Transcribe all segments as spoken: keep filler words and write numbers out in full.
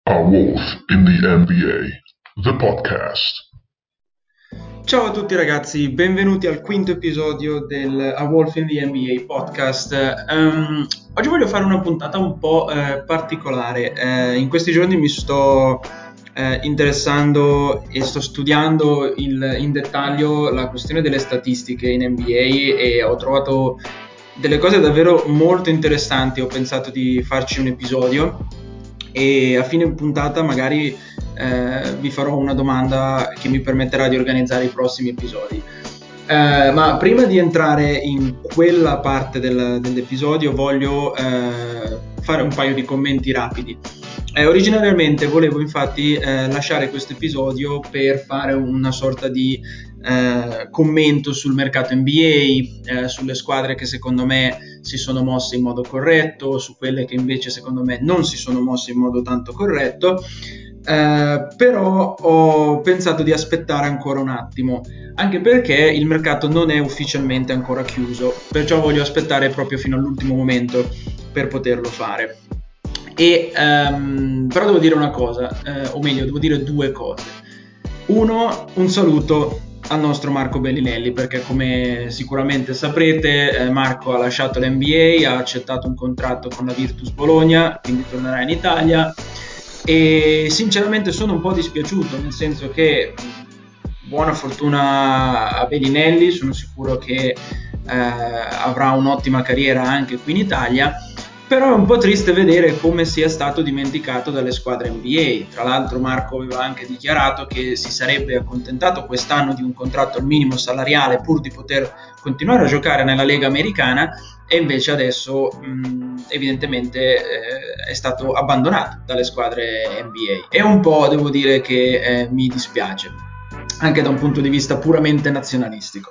A Wolf in the N B A, the podcast. Ciao a tutti ragazzi, benvenuti al quinto episodio del A Wolf in the N B A podcast. Um, oggi voglio fare una puntata un po' eh, particolare. Eh, in questi giorni mi sto eh, interessando e sto studiando il, in dettaglio la questione delle statistiche in N B A e ho trovato delle cose davvero molto interessanti. Ho pensato di farci un episodio e a fine puntata magari eh, vi farò una domanda che mi permetterà di organizzare i prossimi episodi. Eh, ma prima di entrare in quella parte del, dell'episodio voglio eh, fare un paio di commenti rapidi. Eh, originariamente volevo infatti eh, lasciare questo episodio per fare una sorta di eh, commento sul mercato N B A, eh, sulle squadre che secondo me si sono mosse in modo corretto, su quelle che invece secondo me non si sono mosse in modo tanto corretto. Eh, però ho pensato di aspettare ancora un attimo, anche perché il mercato non è ufficialmente ancora chiuso, perciò voglio aspettare proprio fino all'ultimo momento per poterlo fare. E, um, però devo dire una cosa, eh, o meglio, devo dire due cose. Uno, un saluto al nostro Marco Bellinelli, perché come sicuramente saprete eh, Marco ha lasciato l'N B A, ha accettato un contratto con la Virtus Bologna, quindi tornerà in Italia e sinceramente sono un po' dispiaciuto, nel senso che buona fortuna a Bellinelli, sono sicuro che eh, avrà un'ottima carriera anche qui in Italia, però è un po' triste vedere come sia stato dimenticato dalle squadre N B A. Tra l'altro Marco aveva anche dichiarato che si sarebbe accontentato quest'anno di un contratto al minimo salariale pur di poter continuare a giocare nella Lega Americana, e invece adesso mh, evidentemente eh, è stato abbandonato dalle squadre N B A e un po' devo dire che eh, mi dispiace anche da un punto di vista puramente nazionalistico.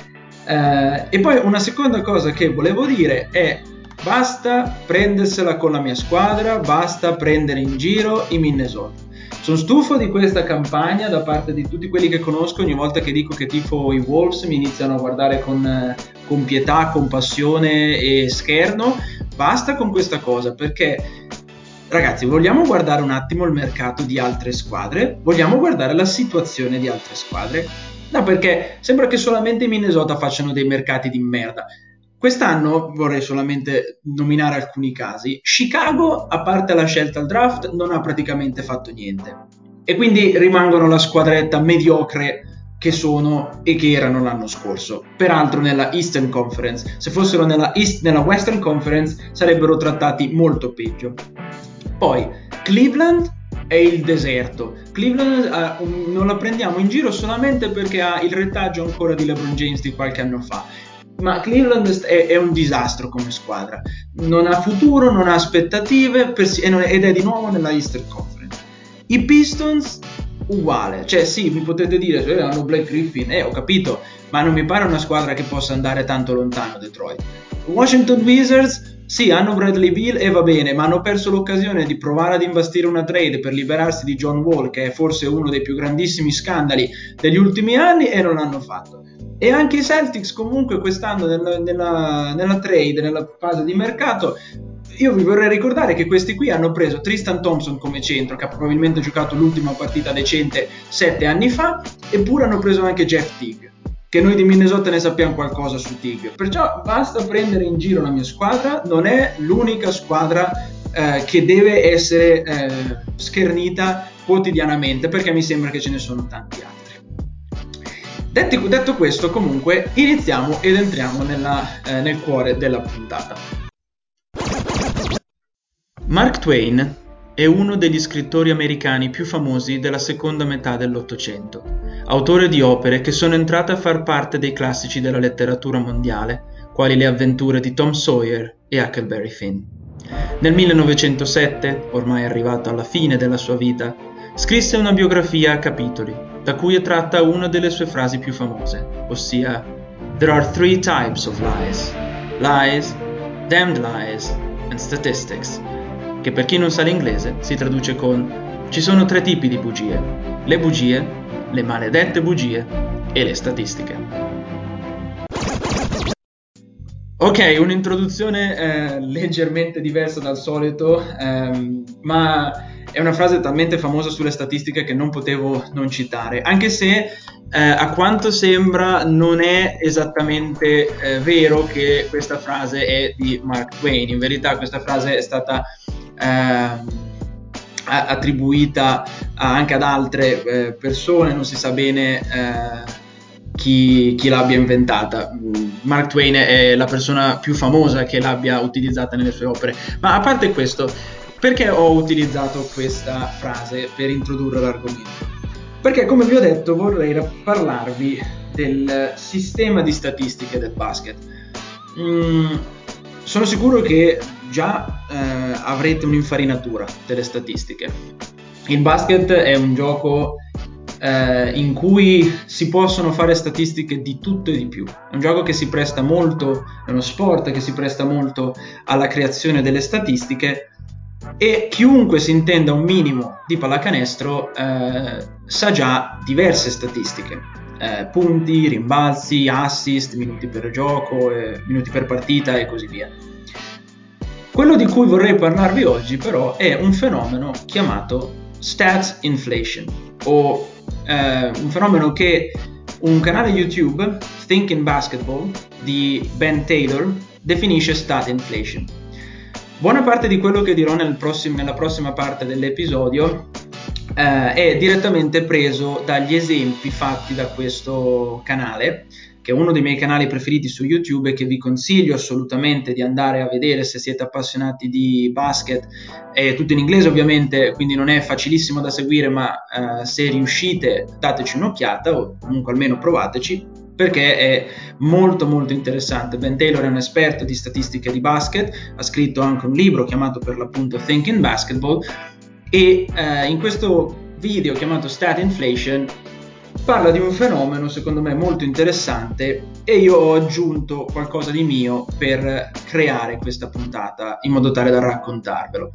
Eh, e poi una seconda cosa che volevo dire è: basta prendersela con la mia squadra, basta prendere in giro i Minnesota. Sono stufo di questa campagna da parte di tutti quelli che conosco. Ogni volta che dico che tifo i Wolves mi iniziano a guardare con, con pietà, compassione e scherno. Basta con questa cosa, perché ragazzi, vogliamo guardare un attimo il mercato di altre squadre? Vogliamo guardare la situazione di altre squadre? No, perché sembra che solamente i Minnesota facciano dei mercati di merda. Quest'anno vorrei solamente nominare alcuni casi. Chicago, a parte la scelta al draft, non ha praticamente fatto niente. E quindi rimangono la squadretta mediocre che sono e che erano l'anno scorso. Peraltro nella Eastern Conference. Se fossero nella, East, nella Western Conference sarebbero trattati molto peggio. Poi Cleveland è il deserto. Cleveland uh, non la prendiamo in giro solamente perché ha il retaggio ancora di LeBron James di qualche anno fa. Ma Cleveland è, è un disastro come squadra, non ha futuro, non ha aspettative pers- ed è di nuovo nella Eastern Conference. I Pistons uguale, cioè sì, mi potete dire eh, hanno Blake Griffin, eh ho capito, ma non mi pare una squadra che possa andare tanto lontano. Detroit, Washington Wizards, sì, hanno Bradley Beal e va bene, ma hanno perso l'occasione di provare ad imbastire una trade per liberarsi di John Wall, che è forse uno dei più grandissimi scandali degli ultimi anni, e non l'hanno fatto. E anche i Celtics comunque quest'anno nella, nella, nella trade, nella fase di mercato, io vi vorrei ricordare che questi qui hanno preso Tristan Thompson come centro, che ha probabilmente giocato l'ultima partita decente sette anni fa, eppure hanno preso anche Jeff Teague, che noi di Minnesota ne sappiamo qualcosa su Teague. Perciò basta prendere in giro la mia squadra, non è l'unica squadra eh, che deve essere eh, schernita quotidianamente, perché mi sembra che ce ne sono tanti altri. Detto, detto questo, comunque, iniziamo ed entriamo nella, eh, nel cuore della puntata. Mark Twain è uno degli scrittori americani più famosi della seconda metà dell'Ottocento, autore di opere che sono entrate a far parte dei classici della letteratura mondiale, quali Le avventure di Tom Sawyer e Huckleberry Finn. Nel millenovecentosette, ormai arrivato alla fine della sua vita, scrisse una biografia a capitoli, da cui è tratta una delle sue frasi più famose, ossia "There are three types of lies: lies, damned lies and statistics", che per chi non sa l'inglese si traduce con "ci sono tre tipi di bugie: le bugie, le maledette bugie e le statistiche". Ok, un'introduzione eh, leggermente diversa dal solito, ehm, ma è una frase talmente famosa sulle statistiche che non potevo non citare, anche se eh, a quanto sembra non è esattamente eh, vero che questa frase è di Mark Twain. In verità questa frase è stata eh, attribuita anche ad altre eh, persone, non si sa bene eh, chi, chi l'abbia inventata. Mark Twain è la persona più famosa che l'abbia utilizzata nelle sue opere. Ma a parte questo, perché ho utilizzato questa frase per introdurre l'argomento? Perché, come vi ho detto, vorrei parlarvi del sistema di statistiche del basket. Mm, sono sicuro che già eh, avrete un'infarinatura delle statistiche. Il basket è un gioco eh, in cui si possono fare statistiche di tutto e di più. È un gioco che si presta molto, è uno sport che si presta molto alla creazione delle statistiche, e chiunque si intenda un minimo di pallacanestro eh, sa già diverse statistiche, eh, punti, rimbalzi, assist, minuti per gioco, eh, minuti per partita e così via. Quello di cui vorrei parlarvi oggi però è un fenomeno chiamato stat inflation, o eh, un fenomeno che un canale YouTube, Thinking Basketball, di Ben Taylor, definisce stat inflation. Buona parte di quello che dirò nel prossimo, nella prossima parte dell'episodio eh, è direttamente preso dagli esempi fatti da questo canale, che è uno dei miei canali preferiti su YouTube e che vi consiglio assolutamente di andare a vedere se siete appassionati di basket. È tutto in inglese ovviamente, quindi non è facilissimo da seguire, ma eh, se riuscite dateci un'occhiata o comunque almeno provateci, perché è molto molto interessante. Ben Taylor è un esperto di statistiche di basket, ha scritto anche un libro chiamato per l'appunto Thinking Basketball, e eh, in questo video chiamato Stat Inflation parla di un fenomeno secondo me molto interessante, e io ho aggiunto qualcosa di mio per creare questa puntata in modo tale da raccontarvelo.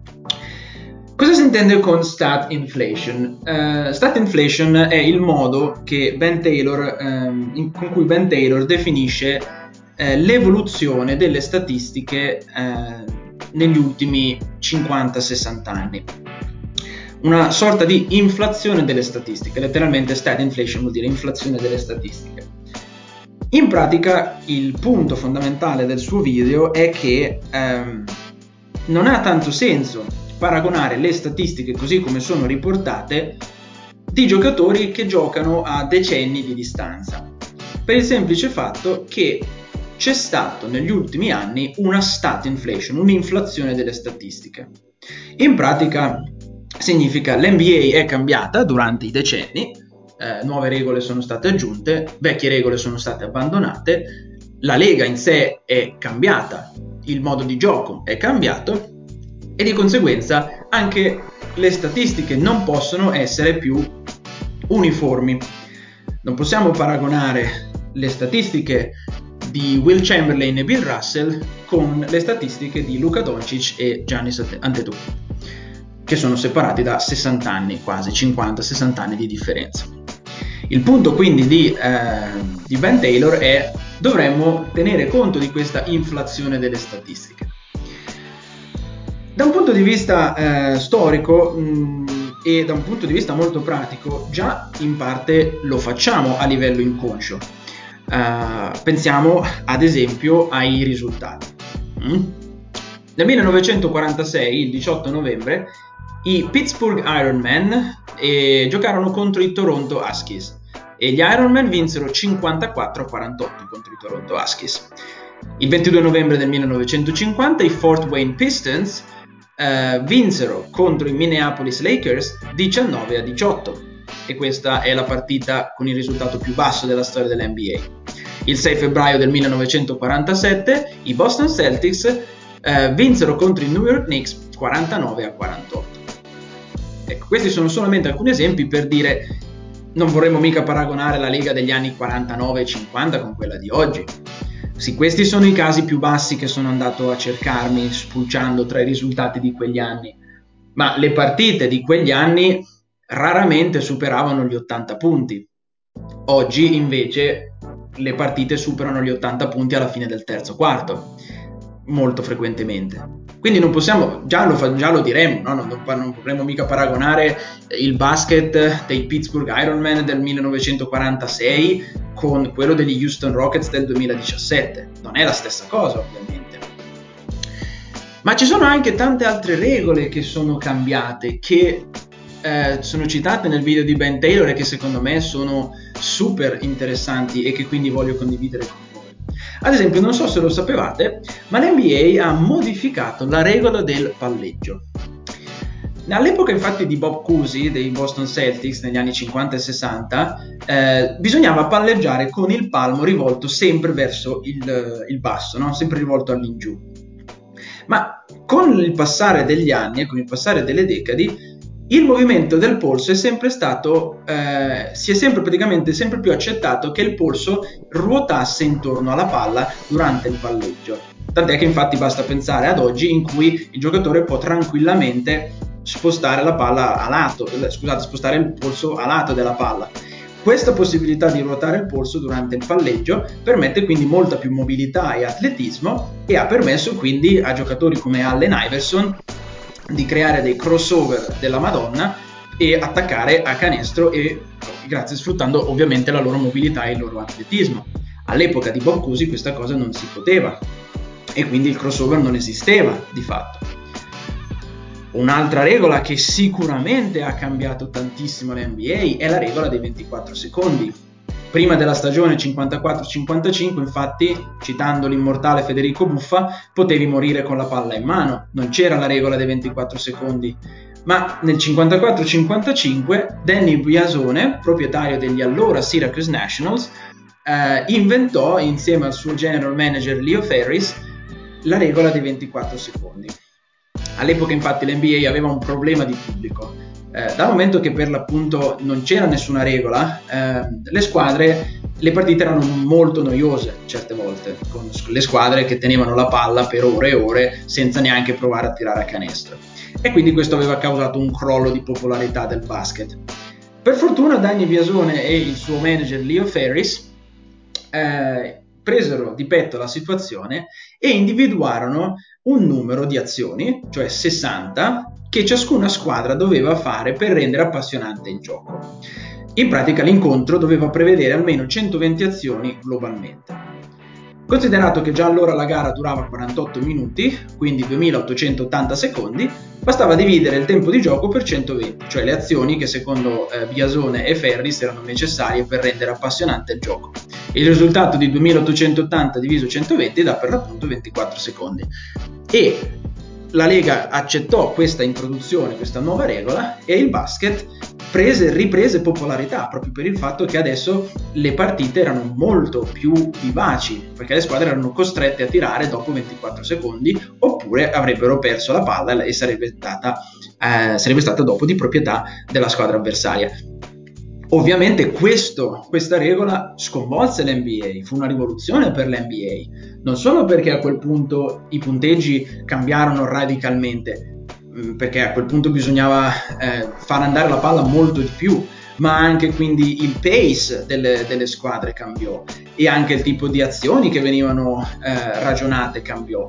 Cosa si intende con stat inflation? Uh, stat inflation è il modo che Ben Taylor, um, in, con cui Ben Taylor definisce uh, l'evoluzione delle statistiche uh, negli ultimi cinquanta sessanta anni. Una sorta di inflazione delle statistiche, letteralmente stat inflation vuol dire inflazione delle statistiche. In pratica il punto fondamentale del suo video è che um, non ha tanto senso paragonare le statistiche così come sono riportate di giocatori che giocano a decenni di distanza, per il semplice fatto che c'è stato negli ultimi anni una stat inflation, un'inflazione delle statistiche. In pratica significa l'N B A è cambiata durante i decenni, eh, nuove regole sono state aggiunte, vecchie regole sono state abbandonate, la lega in sé è cambiata, il modo di gioco è cambiato, e di conseguenza anche le statistiche non possono essere più uniformi. Non possiamo paragonare le statistiche di Will Chamberlain e Bill Russell con le statistiche di Luka Doncic e Giannis Antetokounmpo, che sono separati da sessanta anni, quasi cinquanta sessanta anni di differenza. Il punto quindi di, eh, di Ben Taylor è: dovremmo tenere conto di questa inflazione delle statistiche. Da un punto di vista eh, storico mh, e da un punto di vista molto pratico, già in parte lo facciamo a livello inconscio. Uh, pensiamo ad esempio ai risultati. Mm? Nel millenovecentoquarantasei, il diciotto novembre, i Pittsburgh Ironmen eh, giocarono contro i Toronto Huskies e gli Ironmen vinsero cinquantaquattro a quarantotto contro i Toronto Huskies. Il ventidue novembre del millenovecentocinquanta i Fort Wayne Pistons Uh, vinsero contro i Minneapolis Lakers diciannove a diciotto, e questa è la partita con il risultato più basso della storia dell'N B A. Il sei febbraio del millenovecentoquarantasette i Boston Celtics uh, vinsero contro i New York Knicks quarantanove a quarantotto. Ecco, questi sono solamente alcuni esempi per dire: non vorremmo mica paragonare la Lega degli anni quarantanove e cinquanta con quella di oggi. Sì, questi sono i casi più bassi che sono andato a cercarmi spulciando tra i risultati di quegli anni, ma le partite di quegli anni raramente superavano gli ottanta punti. Oggi invece le partite superano gli ottanta punti alla fine del terzo quarto. molto frequentemente. Quindi non possiamo, già lo, fa, già lo diremo, no? non, non potremmo mica paragonare il basket dei Pittsburgh Ironman del millenovecentoquarantasei con quello degli Houston Rockets del duemiladiciassette. Non è la stessa cosa, ovviamente. Ma ci sono anche tante altre regole che sono cambiate, che eh, sono citate nel video di Ben Taylor e che secondo me sono super interessanti e che quindi voglio condividere con voi. Ad esempio, non so se lo sapevate, ma l'N B A ha modificato la regola del palleggio. All'epoca infatti di Bob Cousy dei Boston Celtics negli anni cinquanta e sessanta eh, bisognava palleggiare con il palmo rivolto sempre verso il, il basso, no? Sempre rivolto all'ingiù. Ma con il passare degli anni e con il passare delle decadi il movimento del polso è sempre stato, eh, si è sempre praticamente sempre più accettato che il polso ruotasse intorno alla palla durante il palleggio. Tant'è che infatti basta pensare ad oggi in cui il giocatore può tranquillamente spostare la palla a lato, scusate, spostare il polso a lato della palla. Questa possibilità di ruotare il polso durante il palleggio permette quindi molta più mobilità e atletismo e ha permesso quindi a giocatori come Allen Iverson di creare dei crossover della Madonna e attaccare a canestro e grazie sfruttando ovviamente la loro mobilità e il loro atletismo. All'epoca di Bob Cousy questa cosa non si poteva e quindi il crossover non esisteva di fatto. Un'altra regola che sicuramente ha cambiato tantissimo l'N B A è la regola dei ventiquattro secondi. Prima della stagione cinquantaquattro cinquantacinque, infatti, citando l'immortale Federico Buffa, potevi morire con la palla in mano, non c'era la regola dei ventiquattro secondi. Ma nel cinquantaquattro cinquantacinque Danny Biasone, proprietario degli allora Syracuse Nationals, eh, inventò insieme al suo general manager Leo Ferris la regola dei ventiquattro secondi. All'epoca infatti l'N B A aveva un problema di pubblico. Eh, dal momento che per l'appunto non c'era nessuna regola, eh, le squadre, le partite erano molto noiose certe volte, con le squadre che tenevano la palla per ore e ore senza neanche provare a tirare a canestro. E quindi questo aveva causato un crollo di popolarità del basket. Per fortuna Danny Biasone e il suo manager Leo Ferris eh, presero di petto la situazione e individuarono un numero di azioni, cioè sessanta, che ciascuna squadra doveva fare per rendere appassionante il gioco. In pratica l'incontro doveva prevedere almeno centoventi azioni globalmente. Considerato che già allora la gara durava quarantotto minuti, quindi duemilaottocentottanta secondi, bastava dividere il tempo di gioco per centoventi, cioè le azioni che secondo eh, Biasone e Ferris erano necessarie per rendere appassionante il gioco. Il risultato di duemilaottocentottanta diviso centoventi dà per l'appunto ventiquattro secondi. E la Lega accettò questa introduzione, questa nuova regola, e il basket prese, riprese popolarità proprio per il fatto che adesso le partite erano molto più vivaci, perché le squadre erano costrette a tirare dopo ventiquattro secondi oppure avrebbero perso la palla e sarebbe stata, eh, sarebbe stata dopo di proprietà della squadra avversaria. Ovviamente questo, questa regola sconvolse l'N B A, fu una rivoluzione per l'N B A, non solo perché a quel punto i punteggi cambiarono radicalmente, perché a quel punto bisognava eh, far andare la palla molto di più, ma anche quindi il pace delle, delle squadre cambiò e anche il tipo di azioni che venivano eh, ragionate cambiò.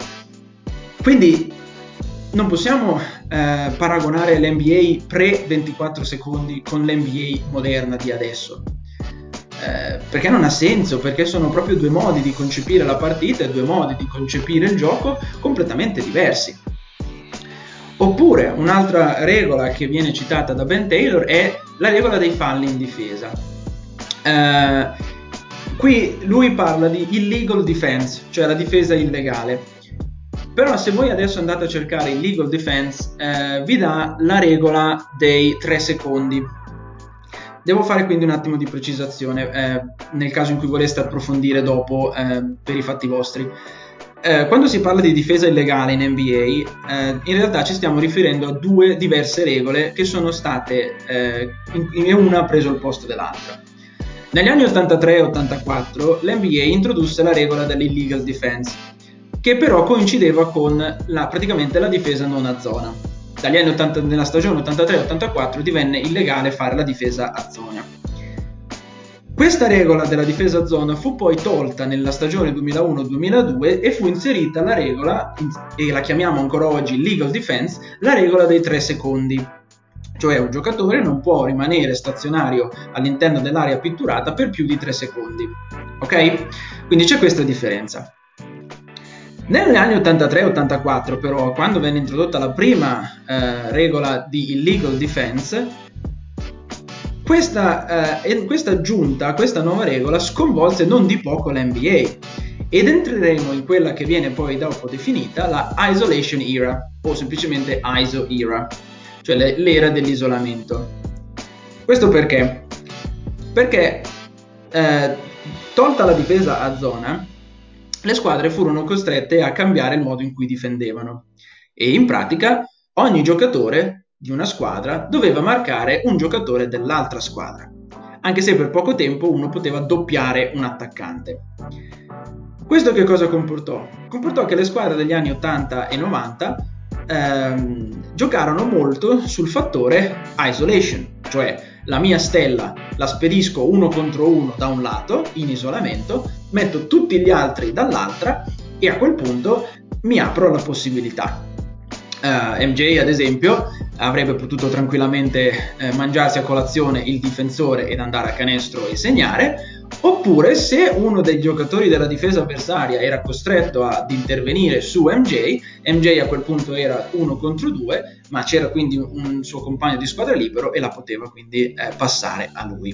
Quindi non possiamo eh, paragonare l'N B A pre ventiquattro secondi con l'N B A moderna di adesso, eh, perché non ha senso, perché sono proprio due modi di concepire la partita e due modi di concepire il gioco completamente diversi. Oppure un'altra regola che viene citata da Ben Taylor è la regola dei falli in difesa. Eh, qui lui parla di illegal defense, cioè la difesa illegale. Però se voi adesso andate a cercare il legal defense, eh, vi dà la regola dei tre secondi. Devo fare quindi un attimo di precisazione, eh, nel caso in cui voleste approfondire dopo eh, per i fatti vostri. Eh, quando si parla di difesa illegale in N B A, eh, in realtà ci stiamo riferendo a due diverse regole che sono state, eh, in, in una ha preso il posto dell'altra. Negli anni ottantatré e ottantaquattro l'N B A introdusse la regola dell'illegal defense, che però coincideva con la, praticamente la difesa non a zona. Dagli anni ottanta, nella stagione ottantatré ottantaquattro divenne illegale fare la difesa a zona. Questa regola della difesa a zona fu poi tolta nella stagione duemilauno duemiladue e fu inserita la regola, e la chiamiamo ancora oggi legal defense, la regola dei tre secondi. Cioè un giocatore non può rimanere stazionario all'interno dell'area pitturata per più di tre secondi. Ok? Quindi c'è questa differenza. Negli anni ottantatré ottantaquattro però, quando venne introdotta la prima eh, regola di illegal defense, questa, eh, questa aggiunta, questa nuova regola sconvolse non di poco l'N B A ed entreremo in quella che viene poi dopo definita la Isolation Era o semplicemente I S O Era, cioè l'era dell'isolamento. Questo perché? Perché eh, tolta la difesa a zona, le squadre furono costrette a cambiare il modo in cui difendevano e in pratica ogni giocatore di una squadra doveva marcare un giocatore dell'altra squadra, anche se per poco tempo uno poteva doppiare un attaccante. Questo che cosa comportò? Comportò che le squadre degli anni ottanta e novanta ehm, giocarono molto sul fattore isolation, cioè la mia stella la spedisco uno contro uno da un lato in isolamento, metto tutti gli altri dall'altra e a quel punto mi apro la possibilità. Uh, M J ad esempio avrebbe potuto tranquillamente eh, mangiarsi a colazione il difensore ed andare a canestro e segnare, oppure se uno dei giocatori della difesa avversaria era costretto ad intervenire su M J, M J a quel punto era uno contro due, ma c'era quindi un, un suo compagno di squadra libero e la poteva quindi eh, passare a lui.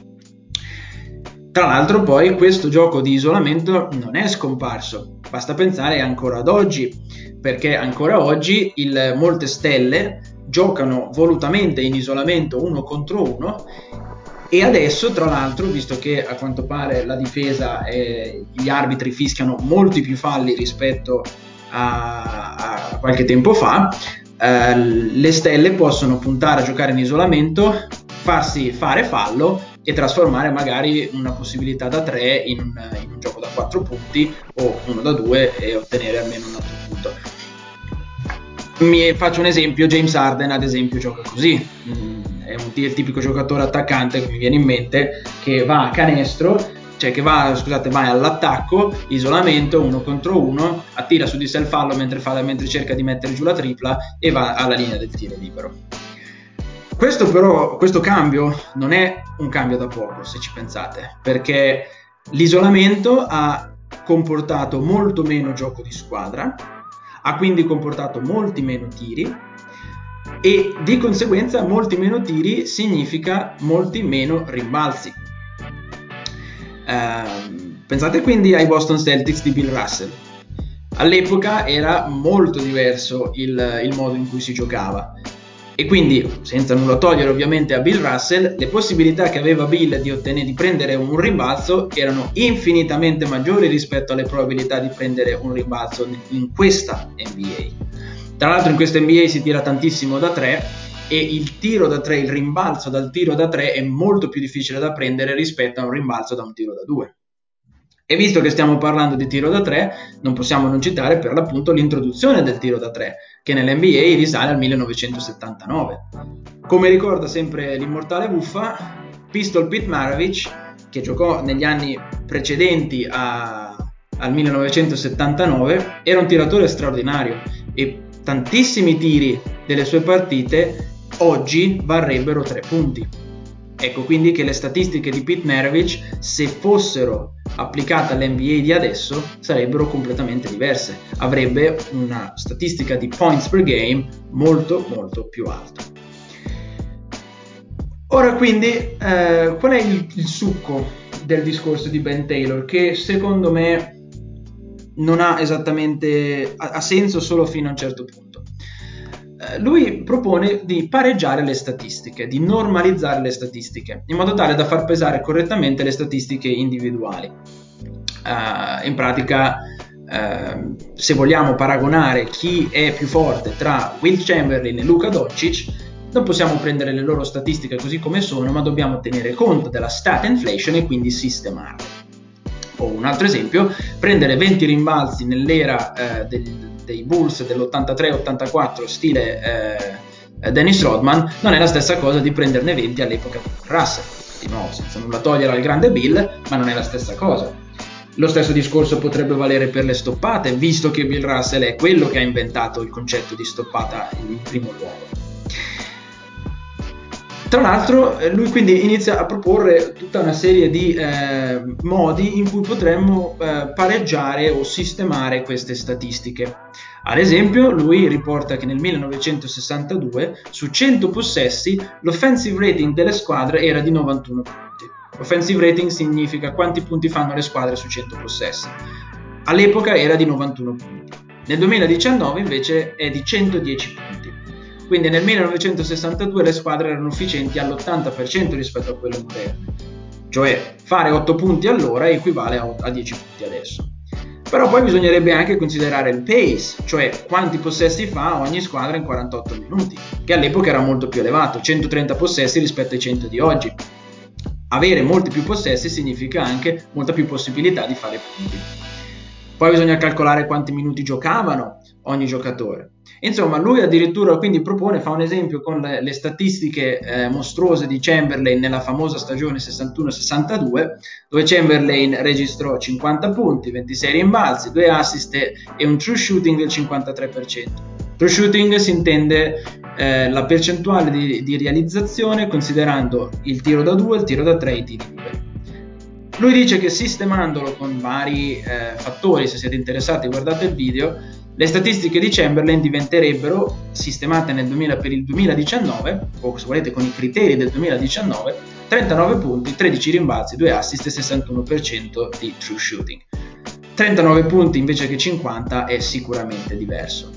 Tra l'altro poi questo gioco di isolamento non è scomparso, basta pensare ancora ad oggi, perché ancora oggi il, molte stelle giocano volutamente in isolamento uno contro uno e adesso tra l'altro, visto che a quanto pare la difesa e gli arbitri fischiano molti più falli rispetto a, a qualche tempo fa, eh, le stelle possono puntare a giocare in isolamento, farsi fare fallo e trasformare magari una possibilità da tre in un, in un gioco da quattro punti o uno da due e ottenere almeno un altro punto. Mi faccio un esempio: James Harden ad esempio gioca così, mm, è un, il tipico giocatore attaccante che mi viene in mente, che va a canestro, cioè che va, scusate, va all'attacco, isolamento, uno contro uno, attira su di sé il fallo mentre, fa, mentre cerca di mettere giù la tripla e va alla linea del tiro libero. Questo però, questo cambio non è un cambio da poco, se ci pensate, perché l'isolamento ha comportato molto meno gioco di squadra, ha quindi comportato molti meno tiri e di conseguenza molti meno tiri significa molti meno rimbalzi. Uh, pensate quindi ai Boston Celtics di Bill Russell. All'epoca era molto diverso il, il modo in cui si giocava. E quindi, senza nulla togliere ovviamente a Bill Russell, le possibilità che aveva Bill di ottenere, di prendere un rimbalzo erano infinitamente maggiori rispetto alle probabilità di prendere un rimbalzo in questa N B A. Tra l'altro in questa N B A si tira tantissimo da tre e il tiro da tre, il rimbalzo dal tiro da tre è molto più difficile da prendere rispetto a un rimbalzo da un tiro da due. E visto che stiamo parlando di tiro da tre, non possiamo non citare per l'appunto l'introduzione del tiro da tre, che nell'N B A risale al millenovecentosettantanove. Come ricorda sempre l'immortale Buffa, Pistol Pete Maravich, che giocò negli anni precedenti a, al millenovecentosettantanove, era un tiratore straordinario e tantissimi tiri delle sue partite oggi varrebbero tre punti. Ecco quindi che le statistiche di Pete Maravich, se fossero applicate all'N B A di adesso, sarebbero completamente diverse. Avrebbe una statistica di points per game molto molto più alta. Ora quindi eh, qual è il, il succo del discorso di Ben Taylor, che secondo me non ha esattamente ha, ha senso solo fino a un certo punto. Lui propone di pareggiare le statistiche, di normalizzare le statistiche, in modo tale da far pesare correttamente le statistiche individuali. Uh, in pratica, uh, se vogliamo paragonare chi è più forte tra Wilt Chamberlain e Luka Doncic, non possiamo prendere le loro statistiche così come sono, ma dobbiamo tenere conto della stat inflation e quindi sistemarle. O un altro esempio, prendere venti rimbalzi nell'era uh, del dei Bulls dell'ottantatré ottantaquattro stile eh, Dennis Rodman non è la stessa cosa di prenderne venti all'epoca di Russell. di nuovo senza nulla togliere al grande Bill, ma non è la stessa cosa. Lo stesso discorso potrebbe valere per le stoppate, visto che Bill Russell è quello che ha inventato il concetto di stoppata in primo luogo. Tra l'altro lui quindi inizia a proporre tutta una serie di eh, modi in cui potremmo eh, pareggiare o sistemare queste statistiche. Ad esempio lui riporta che nel millenovecentosessantadue su cento possessi l'offensive rating delle squadre era di novantuno punti. Offensive rating significa quanti punti fanno le squadre su cento possessi. All'epoca era di novantuno punti. Nel duemiladiciannove invece è di centodieci punti. Quindi nel millenovecentosessantadue le squadre erano efficienti all'ottanta per cento rispetto a quelle moderne, cioè fare otto punti all'ora equivale a dieci punti adesso. Però poi bisognerebbe anche considerare il pace, cioè quanti possessi fa ogni squadra in quarantotto minuti, che all'epoca era molto più elevato, centotrenta possessi rispetto ai cento di oggi. Avere molti più possessi significa anche molta più possibilità di fare punti. Poi bisogna calcolare quanti minuti giocavano ogni giocatore. Insomma, lui addirittura quindi propone, fa un esempio con le, le statistiche eh, mostruose di Chamberlain nella famosa stagione sessantuno sessantadue, dove Chamberlain registrò cinquanta punti, ventisei rimbalzi, due assist e un true shooting del cinquantatré per cento. True shooting si intende eh, la percentuale di, di realizzazione considerando il tiro da due, il tiro da tre e i tiri liberi. Lui dice che sistemandolo con vari eh, fattori, se siete interessati guardate il video, le statistiche di Chamberlain diventerebbero, sistemate nel duemila per il duemiladiciannove, o se volete con i criteri del duemiladiciannove, trentanove punti, tredici rimbalzi, due assist e sessantuno per cento di true shooting. trentanove punti invece che cinquanta è sicuramente diverso.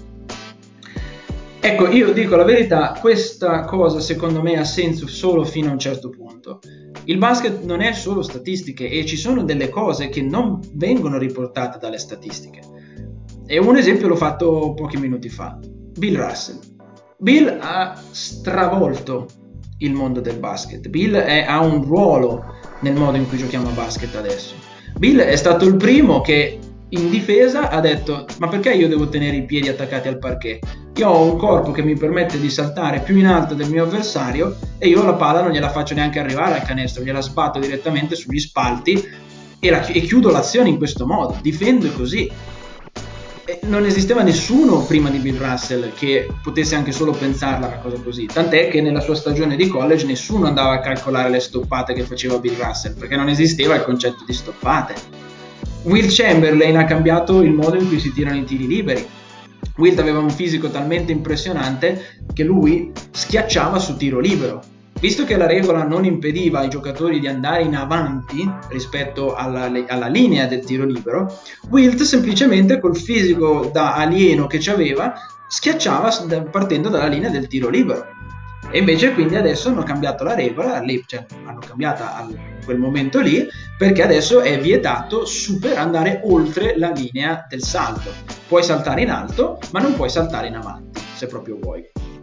Ecco, io dico la verità, questa cosa secondo me ha senso solo fino a un certo punto. Il basket non è solo statistiche e ci sono delle cose che non vengono riportate dalle statistiche. E un esempio l'ho fatto pochi minuti fa. Bill Russell. Bill ha stravolto il mondo del basket. Bill è, ha un ruolo nel modo in cui giochiamo a basket adesso. Bill è stato il primo che in difesa ha detto: ma perché io devo tenere i piedi attaccati al parquet? Io ho un corpo che mi permette di saltare più in alto del mio avversario e io la palla non gliela faccio neanche arrivare al canestro, gliela sbatto direttamente sugli spalti e, la, e chiudo l'azione in questo modo, difendo così. E non esisteva nessuno prima di Bill Russell che potesse anche solo pensarla una cosa così, tant'è che nella sua stagione di college nessuno andava a calcolare le stoppate che faceva Bill Russell perché non esisteva il concetto di stoppate. Wilt Chamberlain ha cambiato il modo in cui si tirano i tiri liberi. Wilt aveva un fisico talmente impressionante che lui schiacciava su tiro libero. Visto che la regola non impediva ai giocatori di andare in avanti rispetto alla, alla linea del tiro libero, Wilt semplicemente col fisico da alieno che ci aveva schiacciava partendo dalla linea del tiro libero. E invece quindi adesso hanno cambiato la regola, cioè hanno cambiata a quel momento lì, perché adesso è vietato super andare oltre la linea del salto. Puoi saltare in alto, ma non puoi saltare in avanti, se proprio vuoi.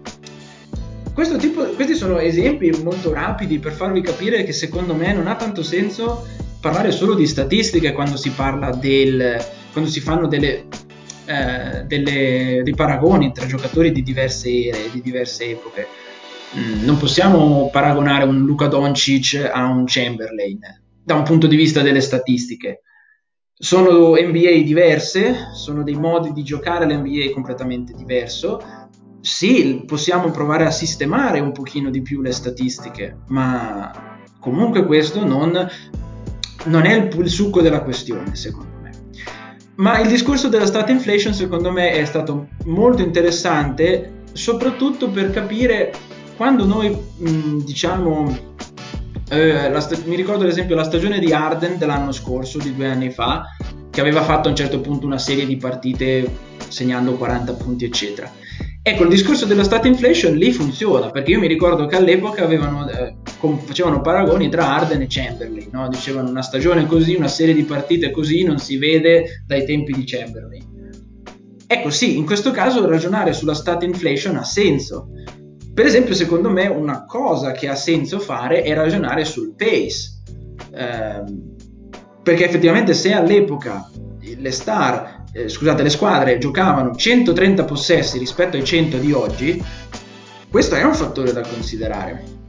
Questo tipo, questi sono esempi molto rapidi per farvi capire che secondo me non ha tanto senso parlare solo di statistiche quando si parla del, quando si fanno delle, eh, delle, dei paragoni tra giocatori di diverse ere, di diverse epoche. Non possiamo paragonare un Luka Doncic a un Chamberlain da un punto di vista delle statistiche. Sono N B A diverse, sono dei modi di giocare l'N B A completamente diverso. Sì, possiamo provare a sistemare un pochino di più le statistiche, ma comunque questo non, non è il, il succo della questione, secondo me. Ma il discorso della stat inflation secondo me è stato molto interessante, soprattutto per capire quando noi mh, diciamo eh, la st- mi ricordo ad esempio la stagione di Harden dell'anno scorso, di due anni fa, che aveva fatto a un certo punto una serie di partite segnando quaranta punti eccetera. Ecco, il discorso della stat inflation lì funziona, perché io mi ricordo che all'epoca avevano, eh, com- facevano paragoni tra Harden e Chamberlain, no? Dicevano una stagione così, una serie di partite così non si vede dai tempi di Chamberlain. Ecco sì, in questo caso ragionare sulla stat inflation ha senso. Per esempio, secondo me una cosa che ha senso fare è ragionare sul pace, eh, perché effettivamente se all'epoca le star, eh, scusate, le squadre giocavano centotrenta possessi rispetto ai cento di oggi, questo è un fattore da considerare.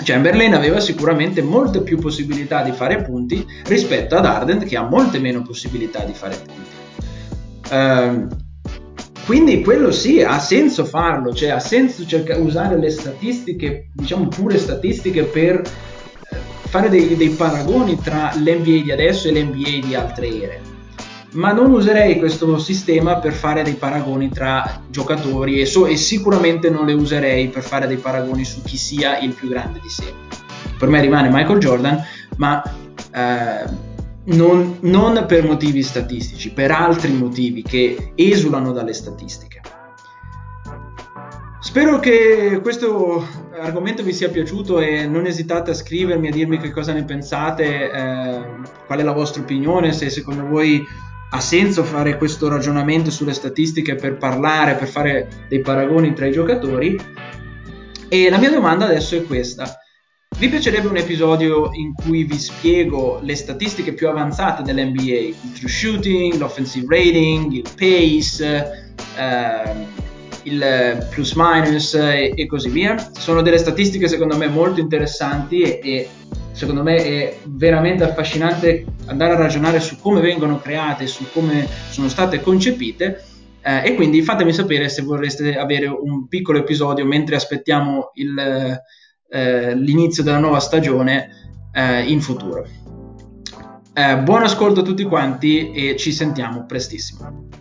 Chamberlain aveva sicuramente molte più possibilità di fare punti rispetto ad Harden, che ha molte meno possibilità di fare punti. Uh, quindi quello sì, ha senso farlo, cioè ha senso cercare, usare le statistiche, diciamo pure statistiche, per fare dei, dei paragoni tra l'N B A di adesso e l'N B A di altre ere. Ma non userei questo sistema per fare dei paragoni tra giocatori e, so, e sicuramente non le userei per fare dei paragoni su chi sia il più grande di sempre. Per me rimane Michael Jordan, ma eh, non, non per motivi statistici, per altri motivi che esulano dalle statistiche. Spero che questo argomento vi sia piaciuto e non esitate a scrivermi, a dirmi che cosa ne pensate, eh, qual è la vostra opinione, se secondo voi ha senso fare questo ragionamento sulle statistiche per parlare, per fare dei paragoni tra i giocatori. E la mia domanda adesso è questa: vi piacerebbe un episodio in cui vi spiego le statistiche più avanzate dell'N B A, il true shooting, l'offensive rating, il pace, eh, il plus minus e, e così via? Sono delle statistiche secondo me molto interessanti e, e secondo me è veramente affascinante andare a ragionare su come vengono create, su come sono state concepite, eh, e quindi fatemi sapere se vorreste avere un piccolo episodio mentre aspettiamo il, eh, l'inizio della nuova stagione eh, in futuro. Eh, buon ascolto a tutti quanti e ci sentiamo prestissimo.